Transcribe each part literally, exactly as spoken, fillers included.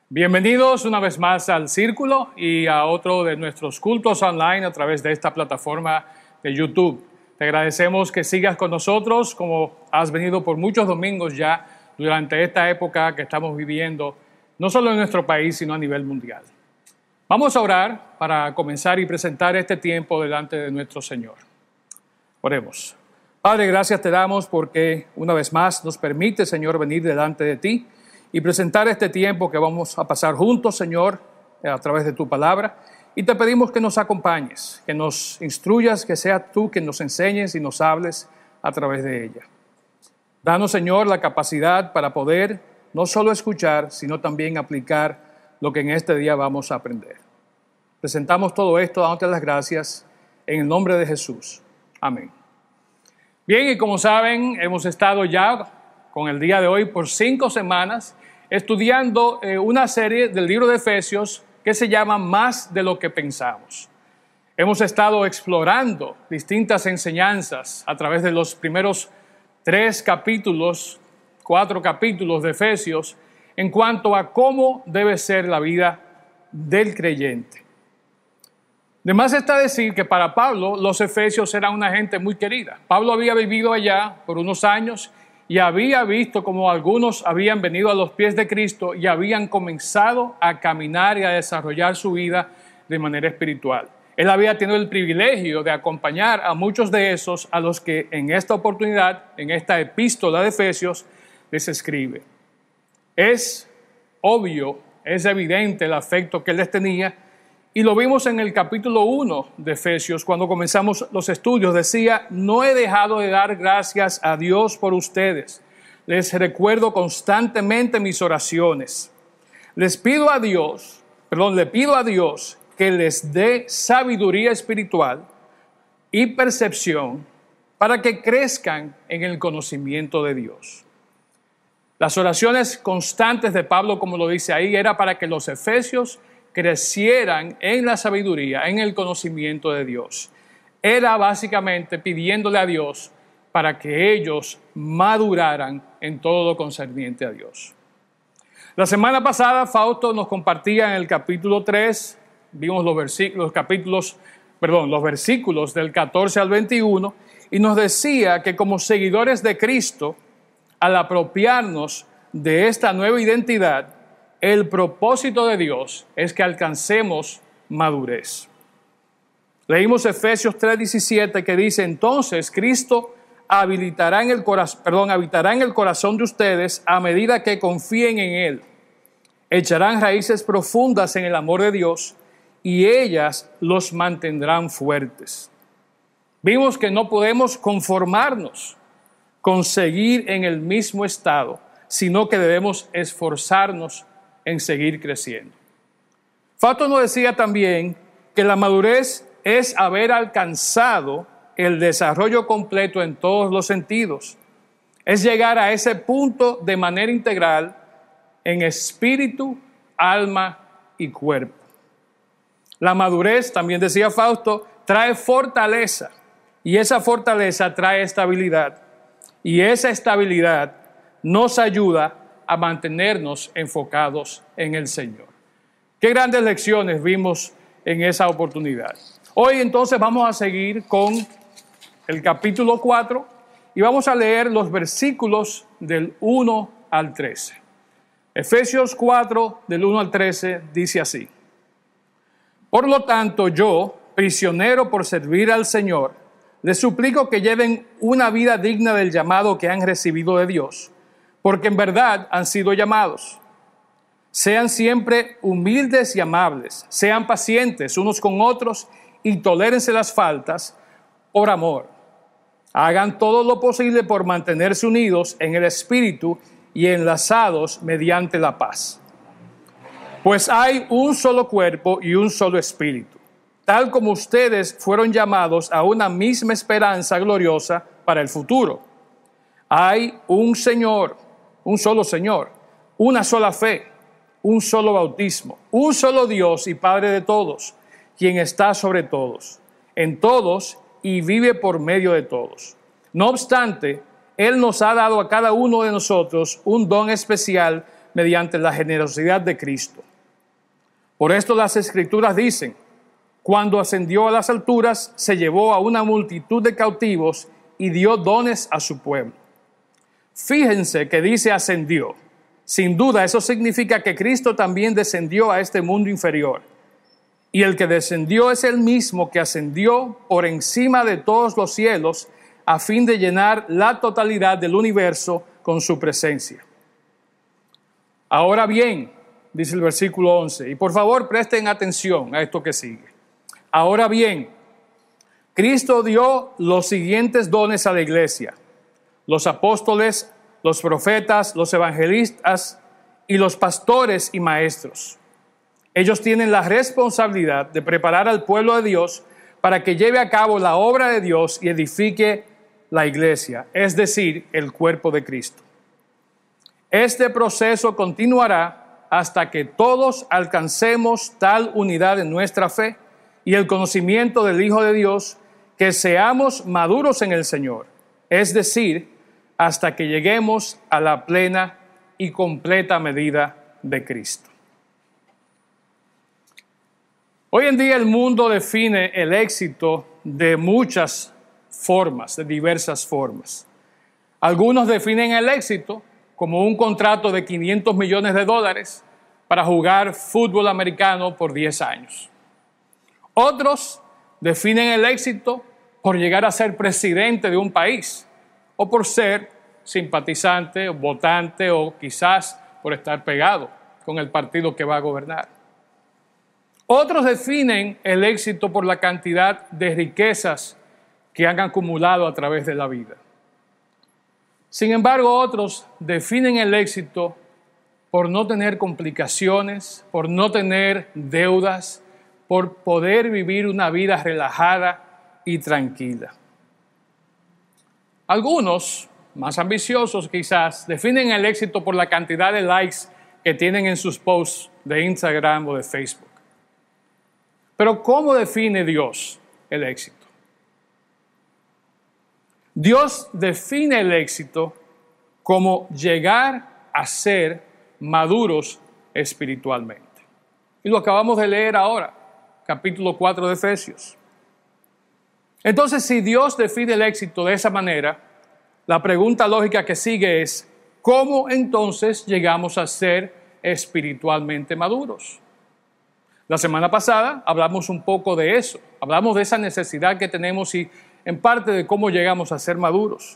Bienvenidos una vez más al Círculo y a otro de nuestros cultos online a través de esta plataforma de YouTube. Te agradecemos que sigas con nosotros como has venido por muchos domingos ya durante esta época que estamos viviendo, no solo en nuestro país, sino a nivel mundial. Vamos a orar para comenzar y presentar este tiempo delante de nuestro Señor. Oremos. Padre, gracias te damos porque una vez más nos permite, Señor, venir delante de ti y presentar este tiempo que vamos a pasar juntos, Señor, a través de tu palabra. Y te pedimos que nos acompañes, que nos instruyas, que seas tú quien nos enseñes y nos hables a través de ella. Danos, Señor, la capacidad para poder no solo escuchar, sino también aplicar lo que en este día vamos a aprender. Presentamos todo esto, dándote las gracias, en el nombre de Jesús. Amén. Bien, y como saben, hemos estado ya con el día de hoy por cinco semanas estudiando eh, una serie del libro de Efesios que se llama Más de lo que pensamos. Hemos estado explorando distintas enseñanzas a través de los primeros tres capítulos, cuatro capítulos de Efesios, en cuanto a cómo debe ser la vida del creyente. De más está decir que para Pablo los efesios eran una gente muy querida. Pablo había vivido allá por unos años y había visto como algunos habían venido a los pies de Cristo y habían comenzado a caminar y a desarrollar su vida de manera espiritual. Él había tenido el privilegio de acompañar a muchos de esos a los que en esta oportunidad, en esta epístola de Efesios, les escribe. Es obvio, es evidente el afecto que él les tenía y lo vimos en el capítulo uno de Efesios cuando comenzamos los estudios. Decía, no he dejado de dar gracias a Dios por ustedes. Les recuerdo constantemente mis oraciones. Les pido a Dios, perdón, le pido a Dios que les dé sabiduría espiritual y percepción para que crezcan en el conocimiento de Dios. Las oraciones constantes de Pablo, como lo dice ahí, era para que los efesios crecieran en la sabiduría, en el conocimiento de Dios. Era básicamente pidiéndole a Dios para que ellos maduraran en todo lo concerniente a Dios. La semana pasada Fausto nos compartía en el capítulo tres, vimos los versículos, los capítulos, perdón, los versículos del catorce al veintiuno, y nos decía que como seguidores de Cristo, al apropiarnos de esta nueva identidad, el propósito de Dios es que alcancemos madurez. Leímos Efesios tres diecisiete que dice, entonces Cristo habilitará en el corazón, perdón, habitará en el corazón de ustedes a medida que confíen en Él. Echarán raíces profundas en el amor de Dios y ellas los mantendrán fuertes. Vimos que no podemos conformarnos con seguir en el mismo estado, sino que debemos esforzarnos en seguir creciendo. Fausto nos decía también que la madurez es haber alcanzado el desarrollo completo en todos los sentidos. Es llegar a ese punto de manera integral en espíritu, alma y cuerpo. La madurez, también decía Fausto, trae fortaleza y esa fortaleza trae estabilidad y esa estabilidad nos ayuda a mantenernos enfocados en el Señor. Qué grandes lecciones vimos en esa oportunidad. Hoy entonces vamos a seguir con el capítulo cuatro y vamos a leer los versículos del uno al trece. Efesios cuatro, del uno al trece, dice así. Por lo tanto, yo, prisionero por servir al Señor, les suplico que lleven una vida digna del llamado que han recibido de Dios, porque en verdad han sido llamados. Sean siempre humildes y amables, sean pacientes unos con otros y tolérense las faltas por amor. Hagan todo lo posible por mantenerse unidos en el espíritu y enlazados mediante la paz. Pues hay un solo cuerpo y un solo espíritu, tal como ustedes fueron llamados a una misma esperanza gloriosa para el futuro. Hay un Señor, un solo Señor, una sola fe, un solo bautismo, un solo Dios y Padre de todos, quien está sobre todos, en todos y vive por medio de todos. No obstante, Él nos ha dado a cada uno de nosotros un don especial mediante la generosidad de Cristo. Por esto las Escrituras dicen: cuando ascendió a las alturas, se llevó a una multitud de cautivos y dio dones a su pueblo. Fíjense que dice ascendió. Sin duda, eso significa que Cristo también descendió a este mundo inferior. Y el que descendió es el mismo que ascendió por encima de todos los cielos a fin de llenar la totalidad del universo con su presencia. Ahora bien, dice el versículo once, y por favor presten atención a esto que sigue. Ahora bien, Cristo dio los siguientes dones a la iglesia: los apóstoles, los profetas, los evangelistas y los pastores y maestros. Ellos tienen la responsabilidad de preparar al pueblo de Dios para que lleve a cabo la obra de Dios y edifique la iglesia, es decir, el cuerpo de Cristo. Este proceso continuará hasta que todos alcancemos tal unidad en nuestra fe y el conocimiento del Hijo de Dios, que seamos maduros en el Señor, es decir, hasta que lleguemos a la plena y completa medida de Cristo. Hoy en día el mundo define el éxito de muchas formas, de diversas formas. Algunos definen el éxito como un contrato de quinientos millones de dólares para jugar fútbol americano por diez años. Otros definen el éxito por llegar a ser presidente de un país, o por ser simpatizante o votante, o quizás por estar pegado con el partido que va a gobernar. Otros definen el éxito por la cantidad de riquezas que han acumulado a través de la vida. Sin embargo, otros definen el éxito por no tener complicaciones, por no tener deudas, por poder vivir una vida relajada y tranquila. Algunos, más ambiciosos quizás, definen el éxito por la cantidad de likes que tienen en sus posts de Instagram o de Facebook. Pero ¿cómo define Dios el éxito? Dios define el éxito como llegar a ser maduros espiritualmente. Y lo acabamos de leer ahora, capítulo cuatro de Efesios. Entonces, si Dios define el éxito de esa manera, la pregunta lógica que sigue es: ¿cómo entonces llegamos a ser espiritualmente maduros? La semana pasada hablamos un poco de eso, hablamos de esa necesidad que tenemos y en parte de cómo llegamos a ser maduros.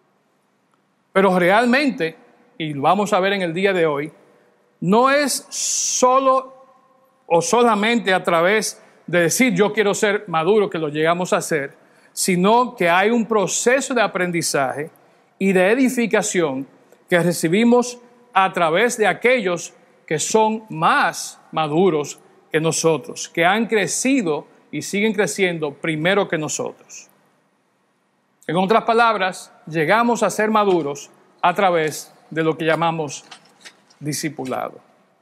Pero realmente, y lo vamos a ver en el día de hoy, no es solo o solamente a través de decir yo quiero ser maduro que lo llegamos a hacer, sino que hay un proceso de aprendizaje y de edificación que recibimos a través de aquellos que son más maduros que nosotros, que han crecido y siguen creciendo primero que nosotros. En otras palabras, llegamos a ser maduros a través de lo que llamamos discipulado.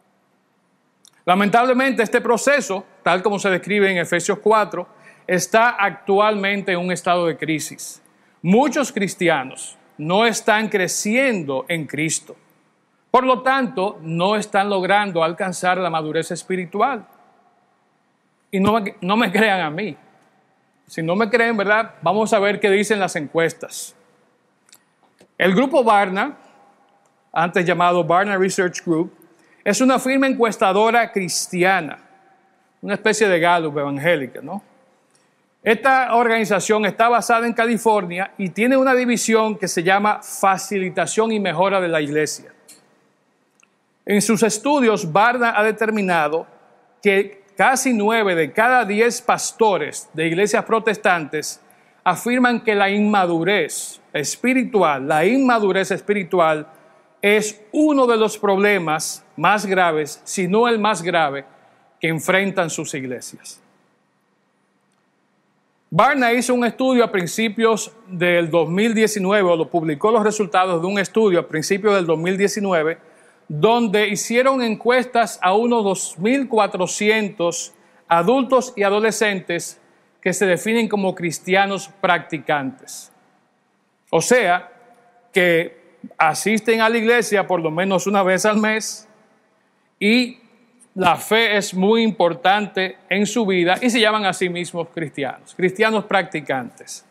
Lamentablemente, este proceso, tal como se describe en Efesios cuatro, está actualmente en un estado de crisis. Muchos cristianos no están creciendo en Cristo. Por lo tanto, no están logrando alcanzar la madurez espiritual. Y no, no me crean a mí. Si no me creen, ¿verdad? Vamos a ver qué dicen las encuestas. El grupo Barna, antes llamado Barna Research Group, es una firma encuestadora cristiana, una especie de Gallup evangélica, ¿no? Esta organización está basada en California y tiene una división que se llama Facilitación y Mejora de la Iglesia. En sus estudios, Barna ha determinado que casi nueve de cada diez pastores de iglesias protestantes afirman que la inmadurez espiritual, la inmadurez espiritual es uno de los problemas más graves, si no el más grave, que enfrentan sus iglesias. Barna hizo un estudio a principios del dos mil diecinueve, o lo publicó los resultados de un estudio a principios del dos mil diecinueve, donde hicieron encuestas a unos dos mil cuatrocientos adultos y adolescentes que se definen como cristianos practicantes. O sea, que asisten a la iglesia por lo menos una vez al mes y la fe es muy importante en su vida y se llaman a sí mismos cristianos, cristianos practicantes.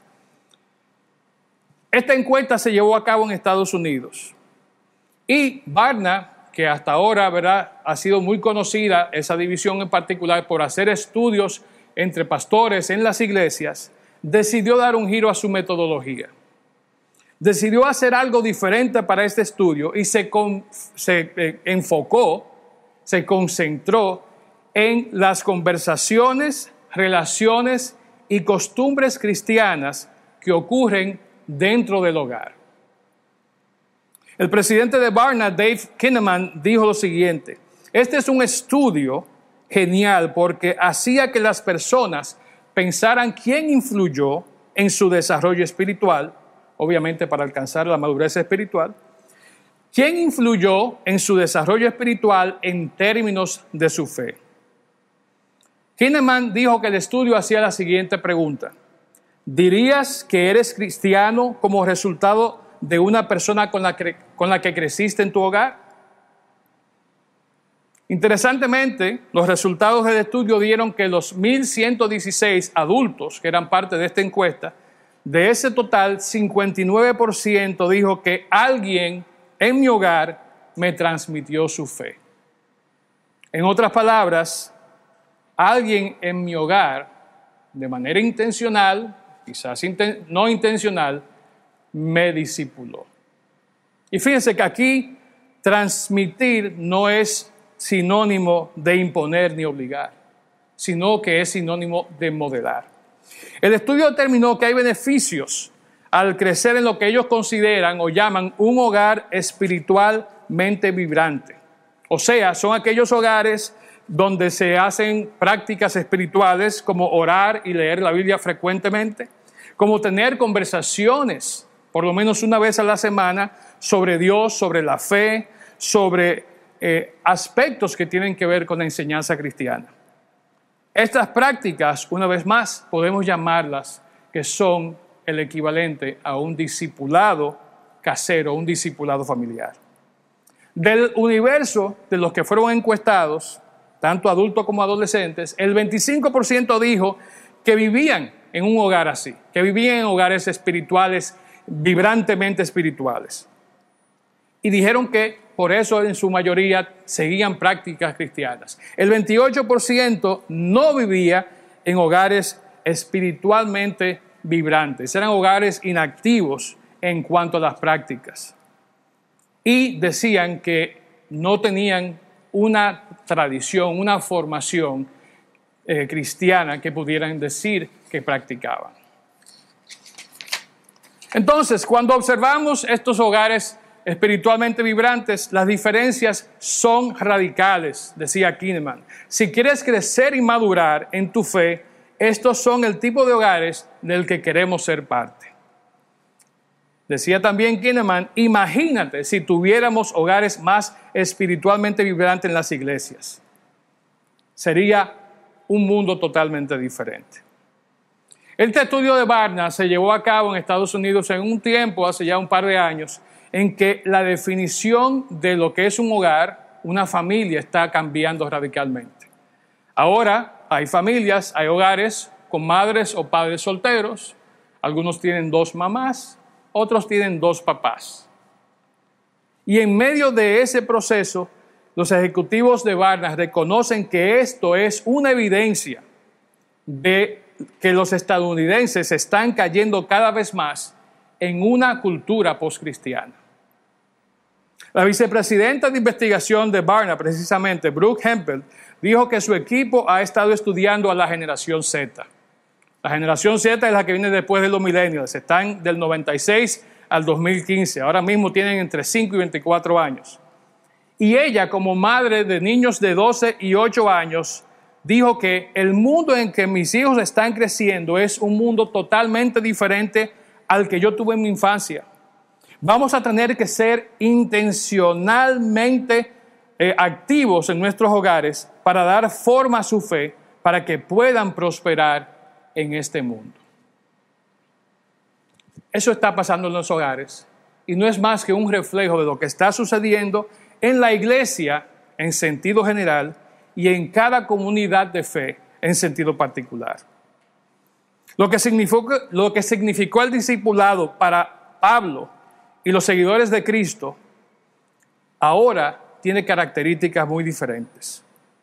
Esta encuesta se llevó a cabo en Estados Unidos y Barna, que hasta ahora, ¿verdad?, ha sido muy conocida, esa división en particular, por hacer estudios entre pastores en las iglesias, decidió dar un giro a su metodología. Decidió hacer algo diferente para este estudio y se, con, se eh, enfocó, se concentró en las conversaciones, relaciones y costumbres cristianas que ocurren dentro del hogar. El presidente de Barna, Dave Kinnaman, dijo lo siguiente: este es un estudio genial porque hacía que las personas pensaran quién influyó en su desarrollo espiritual, obviamente para alcanzar la madurez espiritual, quién influyó en su desarrollo espiritual en términos de su fe. Kinnaman dijo que el estudio hacía la siguiente pregunta: ¿dirías que eres cristiano como resultado de una persona con la que, con la que creciste en tu hogar? Interesantemente, los resultados del estudio dieron que los mil ciento dieciséis adultos que eran parte de esta encuesta, de ese total, cincuenta y nueve por ciento dijo que alguien en mi hogar me transmitió su fe. En otras palabras, alguien en mi hogar, de manera intencional, quizás inten- no intencional, me discipuló. Y fíjense que aquí transmitir no es sinónimo de imponer ni obligar, sino que es sinónimo de modelar. El estudio determinó que hay beneficios al crecer en lo que ellos consideran o llaman un hogar espiritualmente vibrante. O sea, son aquellos hogares donde se hacen prácticas espirituales como orar y leer la Biblia frecuentemente, como tener conversaciones por lo menos una vez a la semana sobre Dios, sobre la fe, sobre eh, aspectos que tienen que ver con la enseñanza cristiana. Estas prácticas, una vez más, podemos llamarlas que son el equivalente a un discipulado casero, un discipulado familiar. Del universo de los que fueron encuestados, tanto adultos como adolescentes, el veinticinco por ciento dijo que vivían en un hogar así, que vivían en hogares espirituales, vibrantemente espirituales. Y dijeron que por eso en su mayoría seguían prácticas cristianas. El veintiocho por ciento no vivía en hogares espiritualmente vibrantes, eran hogares inactivos en cuanto a las prácticas. Y decían que no tenían una tradición, una formación eh, cristiana que pudieran decir que practicaban. Entonces, cuando observamos estos hogares espiritualmente vibrantes, las diferencias son radicales, decía Kinnaman. Si quieres crecer y madurar en tu fe, estos son el tipo de hogares del que queremos ser parte. Decía también Kinnaman, imagínate si tuviéramos hogares más espiritualmente vibrantes en las iglesias. Sería un mundo totalmente diferente. Este estudio de Barna se llevó a cabo en Estados Unidos en un tiempo, hace ya un par de años, en que la definición de lo que es un hogar, una familia, está cambiando radicalmente. Ahora hay familias, hay hogares con madres o padres solteros, algunos tienen dos mamás, otros tienen dos papás. Y en medio de ese proceso, los ejecutivos de Barna reconocen que esto es una evidencia de que los estadounidenses están cayendo cada vez más en una cultura postcristiana. La vicepresidenta de investigación de Barna, precisamente, Brooke Hempel, dijo que su equipo ha estado estudiando a la generación Z. La generación Z es la que viene después de los millennials, están del noventa y seis al dos mil quince, ahora mismo tienen entre cinco y veinticuatro años. Y ella, como madre de niños de doce y ocho años, dijo que el mundo en que mis hijos están creciendo es un mundo totalmente diferente al que yo tuve en mi infancia. Vamos a tener que ser intencionalmente eh, activos en nuestros hogares para dar forma a su fe, para que puedan prosperar en este mundo. Eso está pasando en los hogares y no es más que un reflejo de lo que está sucediendo en la iglesia en sentido general y en cada comunidad de fe en sentido particular. Lo que significó, lo que significó el discipulado para Pablo y los seguidores de Cristo ahora tiene características muy diferentes.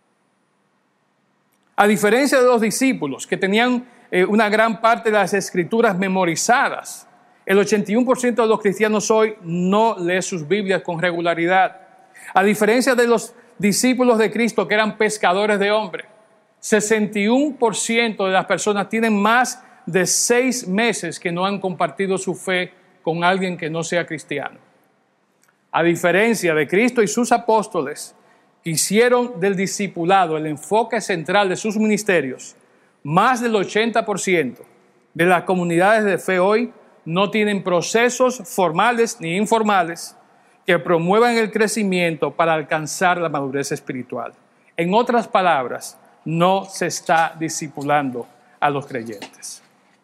A diferencia de los discípulos que tenían eh, una gran parte de las escrituras memorizadas, el ochenta y uno por ciento de los cristianos hoy no lee sus Biblias con regularidad. A diferencia de los discípulos de Cristo que eran pescadores de hombres, sesenta y uno por ciento de las personas tienen más de seis meses que no han compartido su fe con alguien que no sea cristiano. A diferencia de Cristo y sus apóstoles, que hicieron del discipulado el enfoque central de sus ministerios, más del ochenta por ciento de las comunidades de fe hoy no tienen procesos formales ni informales que promuevan el crecimiento para alcanzar la madurez espiritual. En otras palabras, no se está discipulando a los creyentes.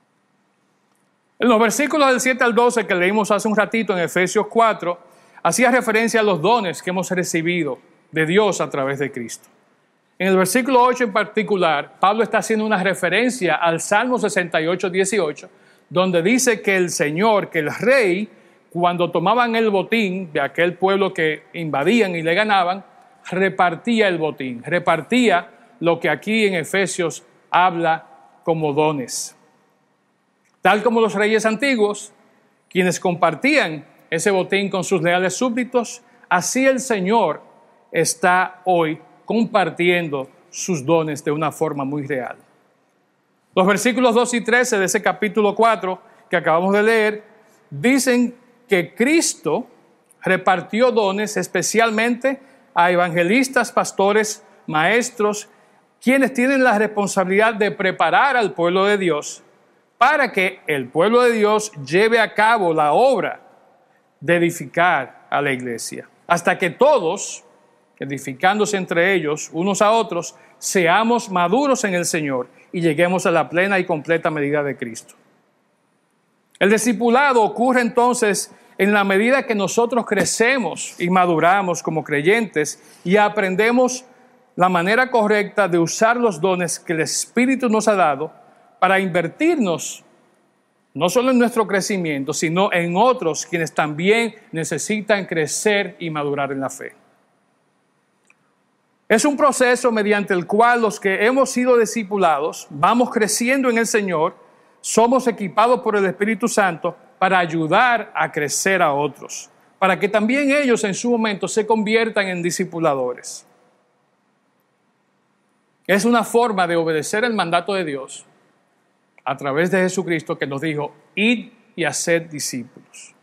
En los versículos del siete al doce que leímos hace un ratito en Efesios cuatro, hacía referencia a los dones que hemos recibido de Dios a través de Cristo. En el versículo ocho en particular, Pablo está haciendo una referencia al Salmo sesenta y ocho, dieciocho, donde dice que el Señor, que el Rey, cuando tomaban el botín de aquel pueblo que invadían y le ganaban, repartía el botín, repartía lo que aquí en Efesios habla como dones. Tal como los reyes antiguos, quienes compartían ese botín con sus leales súbditos, así el Señor está hoy compartiendo sus dones de una forma muy real. Los versículos dos y trece de ese capítulo cuatro que acabamos de leer dicen que Cristo repartió dones especialmente a evangelistas, pastores, maestros, quienes tienen la responsabilidad de preparar al pueblo de Dios para que el pueblo de Dios lleve a cabo la obra de edificar a la iglesia, hasta que todos, edificándose entre ellos, unos a otros, seamos maduros en el Señor y lleguemos a la plena y completa medida de Cristo. El discipulado ocurre entonces en la medida que nosotros crecemos y maduramos como creyentes y aprendemos la manera correcta de usar los dones que el Espíritu nos ha dado para invertirnos no solo en nuestro crecimiento, sino en otros quienes también necesitan crecer y madurar en la fe. Es un proceso mediante el cual los que hemos sido discipulados vamos creciendo en el Señor, somos equipados por el Espíritu Santo para ayudar a crecer a otros, para que también ellos en su momento se conviertan en discipuladores. Es una forma de obedecer el mandato de Dios a través de Jesucristo que nos dijo, id y haced discípulos.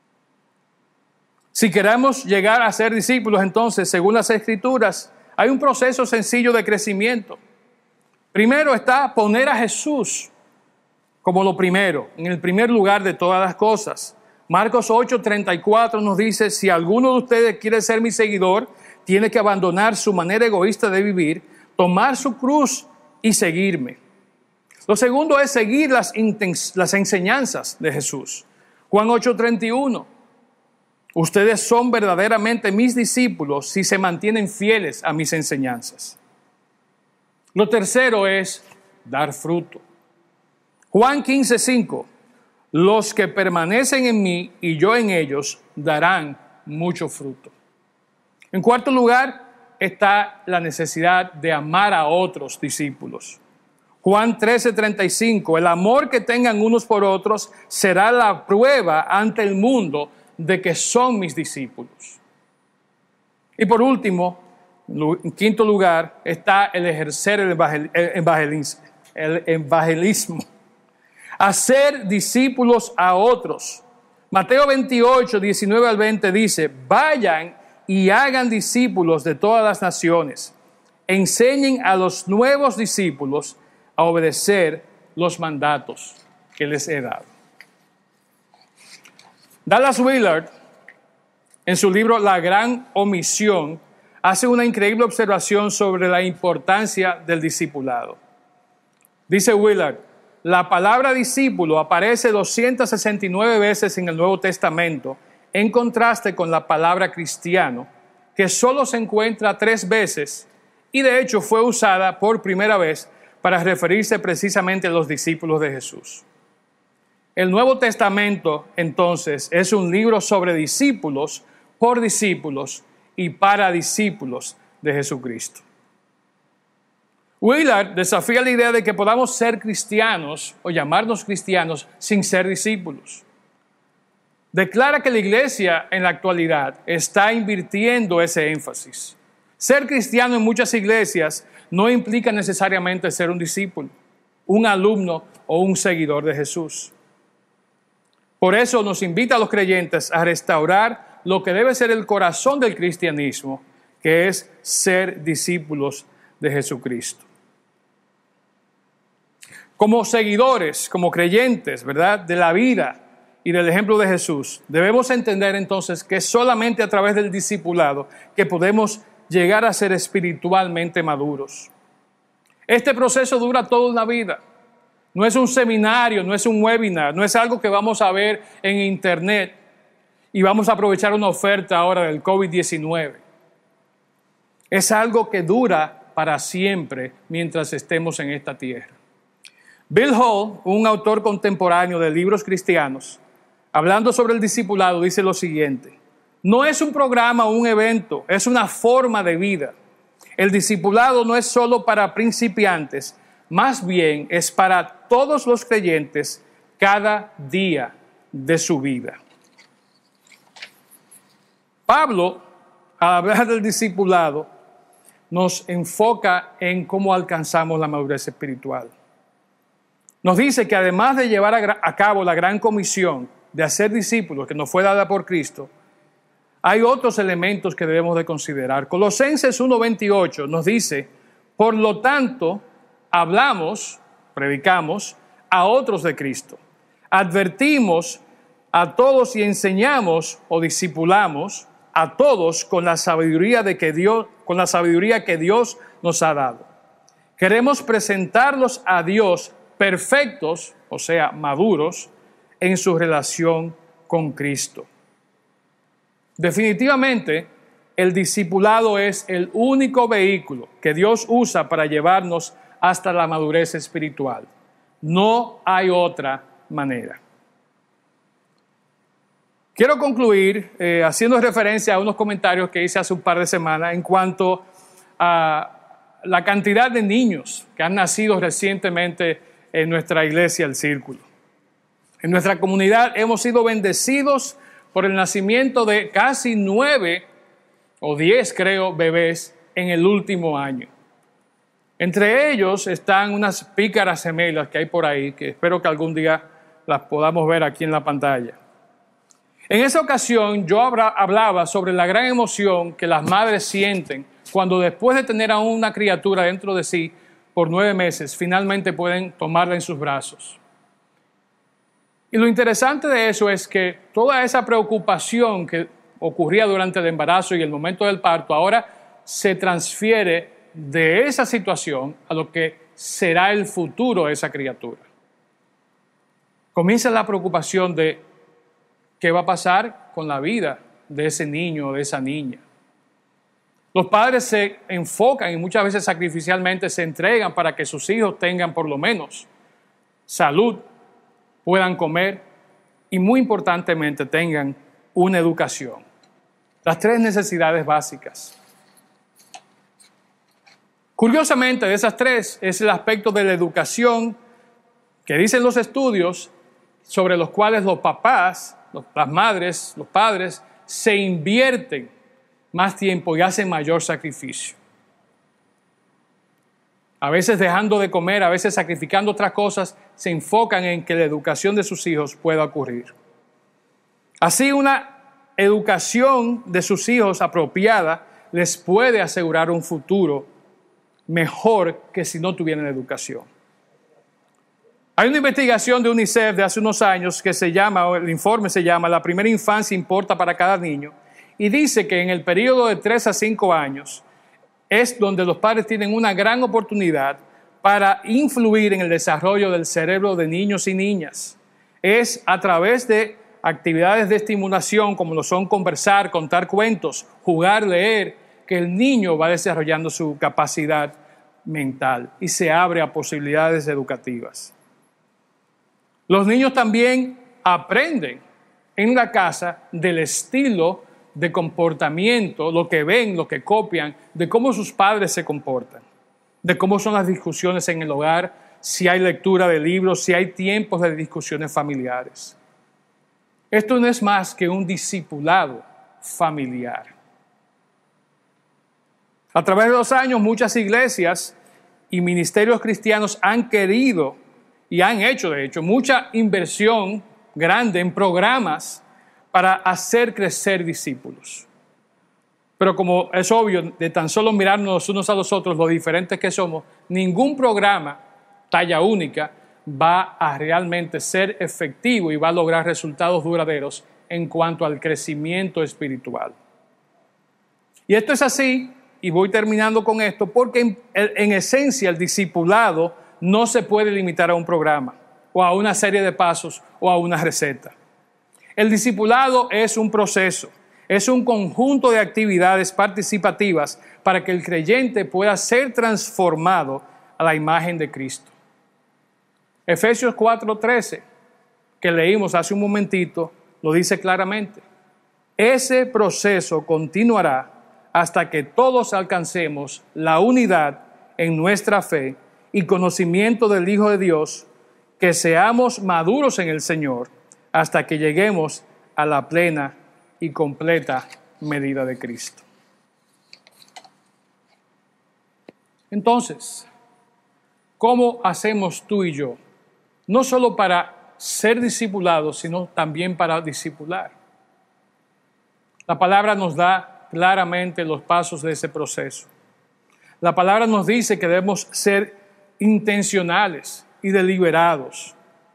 Si queremos llegar a ser discípulos, entonces, según las Escrituras, hay un proceso sencillo de crecimiento. Primero está poner a Jesús como lo primero, en el primer lugar de todas las cosas. Marcos ocho, treinta y cuatro nos dice, si alguno de ustedes quiere ser mi seguidor, tiene que abandonar su manera egoísta de vivir, tomar su cruz y seguirme. Lo segundo es seguir las, las enseñanzas de Jesús. Juan ocho, treinta y uno. Ustedes son verdaderamente mis discípulos si se mantienen fieles a mis enseñanzas. Lo tercero es dar fruto. Juan quince, cinco. Los que permanecen en mí y yo en ellos darán mucho fruto. En cuarto lugar está la necesidad de amar a otros discípulos. Juan trece, treinta y cinco. El amor que tengan unos por otros será la prueba ante el mundo de que son mis discípulos. Y por último, en quinto lugar, está el ejercer el evangelismo. El evangelismo. Hacer discípulos a otros. Mateo veintiocho, diecinueve al veinte dice, vayan y hagan discípulos de todas las naciones. Enseñen a los nuevos discípulos a obedecer los mandatos que les he dado. Dallas Willard, en su libro La Gran Omisión, hace una increíble observación sobre la importancia del discipulado. Dice Willard, la palabra discípulo aparece doscientas sesenta y nueve veces en el Nuevo Testamento en contraste con la palabra cristiano, que solo se encuentra tres veces y de hecho fue usada por primera vez para referirse precisamente a los discípulos de Jesús. El Nuevo Testamento, entonces, es un libro sobre discípulos, por discípulos y para discípulos de Jesucristo. Willard desafía la idea de que podamos ser cristianos o llamarnos cristianos sin ser discípulos. Declara que la iglesia en la actualidad está invirtiendo ese énfasis. Ser cristiano en muchas iglesias no implica necesariamente ser un discípulo, un alumno o un seguidor de Jesús. Por eso nos invita a los creyentes a restaurar lo que debe ser el corazón del cristianismo, que es ser discípulos de Jesucristo. Como seguidores, como creyentes, ¿verdad?, de la vida y del ejemplo de Jesús, debemos entender entonces que es solamente a través del discipulado que podemos llegar a ser espiritualmente maduros. Este proceso dura toda una vida. No es un seminario, no es un webinar, no es algo que vamos a ver en internet y vamos a aprovechar una oferta ahora del COVID diecinueve. Es algo que dura para siempre mientras estemos en esta tierra. Bill Hall, un autor contemporáneo de libros cristianos, hablando sobre el discipulado, dice lo siguiente: no es un programa o un evento, es una forma de vida. El discipulado no es solo para principiantes, más bien es para todos los creyentes cada día de su vida. Pablo, al hablar del discipulado, nos enfoca en cómo alcanzamos la madurez espiritual. Nos dice que además de llevar a, a cabo la gran comisión de hacer discípulos que nos fue dada por Cristo, hay otros elementos que debemos de considerar. Colosenses uno veintiocho nos dice: por lo tanto, hablamos, predicamos a otros de Cristo, advertimos a todos y enseñamos o discipulamos a todos con la sabiduría de que Dios, con la sabiduría que Dios nos ha dado. Queremos presentarlos a Dios perfectos, o sea, maduros, en su relación con Cristo. Definitivamente, el discipulado es el único vehículo que Dios usa para llevarnos hasta la madurez espiritual. No hay otra manera. Quiero concluir eh, haciendo referencia a unos comentarios que hice hace un par de semanas en cuanto a la cantidad de niños que han nacido recientemente en nuestra iglesia, el Círculo. En nuestra comunidad hemos sido bendecidos por el nacimiento de casi nueve o diez, creo, bebés en el último año. Entre ellos están unas pícaras gemelas que hay por ahí, que espero que algún día las podamos ver aquí en la pantalla. En esa ocasión yo hablaba sobre la gran emoción que las madres sienten cuando después de tener a una criatura dentro de sí por nueve meses, finalmente pueden tomarla en sus brazos. Y lo interesante de eso es que toda esa preocupación que ocurría durante el embarazo y el momento del parto ahora se transfiere de esa situación a lo que será el futuro de esa criatura. Comienza la preocupación de qué va a pasar con la vida de ese niño o de esa niña. Los padres se enfocan y muchas veces sacrificialmente se entregan para que sus hijos tengan por lo menos salud, puedan comer y muy importantemente tengan una educación. Las tres necesidades básicas. Curiosamente, de esas tres es el aspecto de la educación que dicen los estudios sobre los cuales los papás, las madres, los padres se invierten más tiempo y hacen mayor sacrificio. A veces dejando de comer, a veces sacrificando otras cosas, se enfocan en que la educación de sus hijos pueda ocurrir. Así, una educación de sus hijos apropiada les puede asegurar un futuro mejor que si no tuvieran educación. Hay una investigación de UNICEF de hace unos años que se llama, o el informe se llama, La primera infancia importa para cada niño, y dice que en el periodo de tres a cinco años es donde los padres tienen una gran oportunidad para influir en el desarrollo del cerebro de niños y niñas. Es a través de actividades de estimulación como lo son conversar, contar cuentos, jugar, leer, que el niño va desarrollando su capacidad mental y se abre a posibilidades educativas. Los niños también aprenden en la casa del estilo de comportamiento, lo que ven, lo que copian, de cómo sus padres se comportan, de cómo son las discusiones en el hogar, si hay lectura de libros, si hay tiempos de discusiones familiares. Esto no es más que un discipulado familiar. A través de los años, muchas iglesias y ministerios cristianos han querido y han hecho, de hecho, mucha inversión grande en programas para hacer crecer discípulos. Pero como es obvio, de tan solo mirarnos unos a los otros, lo diferentes que somos, ningún programa talla única va a realmente ser efectivo y va a lograr resultados duraderos en cuanto al crecimiento espiritual. Y esto es así, y voy terminando con esto, porque en, en esencia el discipulado no se puede limitar a un programa, o a una serie de pasos, o a una receta. El discipulado es un proceso, es un conjunto de actividades participativas para que el creyente pueda ser transformado a la imagen de Cristo. Efesios cuatro trece, que leímos hace un momentito, lo dice claramente. Ese proceso continuará hasta que todos alcancemos la unidad en nuestra fe y conocimiento del Hijo de Dios, que seamos maduros en el Señor hasta que lleguemos a la plena y completa medida de Cristo. Entonces, ¿cómo hacemos tú y yo? No solo para ser discipulados, sino también para discipular. La palabra nos da claramente los pasos de ese proceso. La palabra nos dice que debemos ser intencionales y deliberados.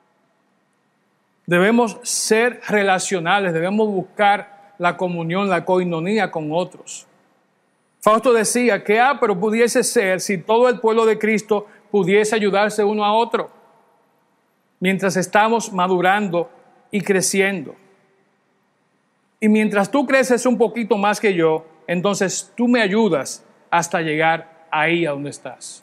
Debemos ser relacionales, debemos buscar la comunión, la coinonía con otros. Fausto decía que, ah, pero pudiese ser si todo el pueblo de Cristo pudiese ayudarse uno a otro, mientras estamos madurando y creciendo. Y mientras tú creces un poquito más que yo, entonces tú me ayudas hasta llegar ahí a donde estás.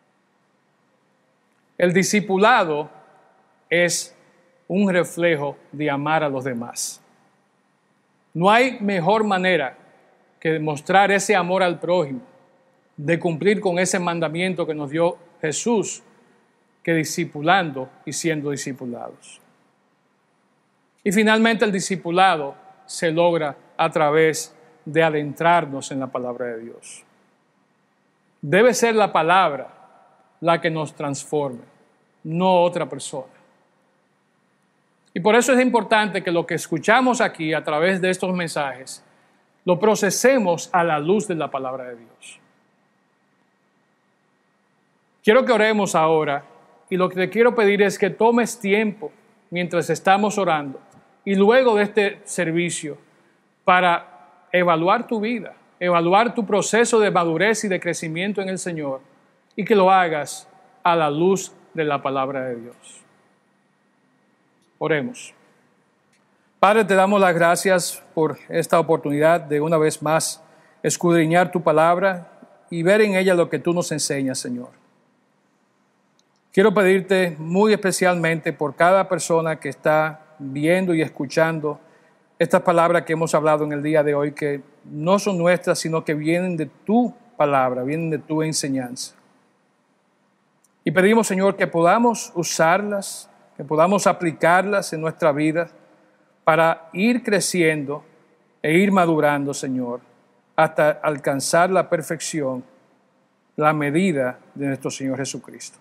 El discipulado es un reflejo de amar a los demás. No hay mejor manera que demostrar ese amor al prójimo, de cumplir con ese mandamiento que nos dio Jesús, que discipulando y siendo discipulados. Y finalmente el discipulado se logra a través de adentrarnos en la palabra de Dios. Debe ser la palabra la que nos transforme, no otra persona. Y por eso es importante que lo que escuchamos aquí a través de estos mensajes lo procesemos a la luz de la palabra de Dios. Quiero que oremos ahora, y lo que te quiero pedir es que tomes tiempo mientras estamos orando y luego de este servicio para evaluar tu vida, evaluar tu proceso de madurez y de crecimiento en el Señor, y que lo hagas a la luz de la palabra de Dios. Oremos. Padre, te damos las gracias por esta oportunidad de una vez más escudriñar tu palabra y ver en ella lo que tú nos enseñas, Señor. Quiero pedirte muy especialmente por cada persona que está viendo y escuchando estas palabras que hemos hablado en el día de hoy, que no son nuestras, sino que vienen de tu palabra, vienen de tu enseñanza. Y pedimos, Señor, que podamos usarlas, que podamos aplicarlas en nuestra vida para ir creciendo e ir madurando, Señor, hasta alcanzar la perfección, la medida de nuestro Señor Jesucristo.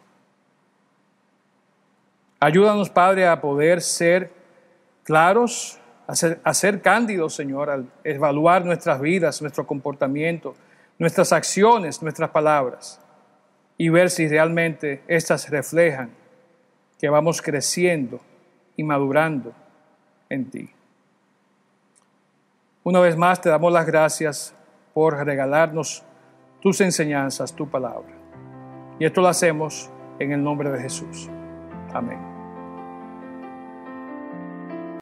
Ayúdanos, Padre, a poder ser claros, a ser, a ser cándidos, Señor, al evaluar nuestras vidas, nuestro comportamiento, nuestras acciones, nuestras palabras, y ver si realmente estas reflejan que vamos creciendo y madurando en ti. Una vez más te damos las gracias por regalarnos tus enseñanzas, tu palabra. Y esto lo hacemos en el nombre de Jesús. Amén.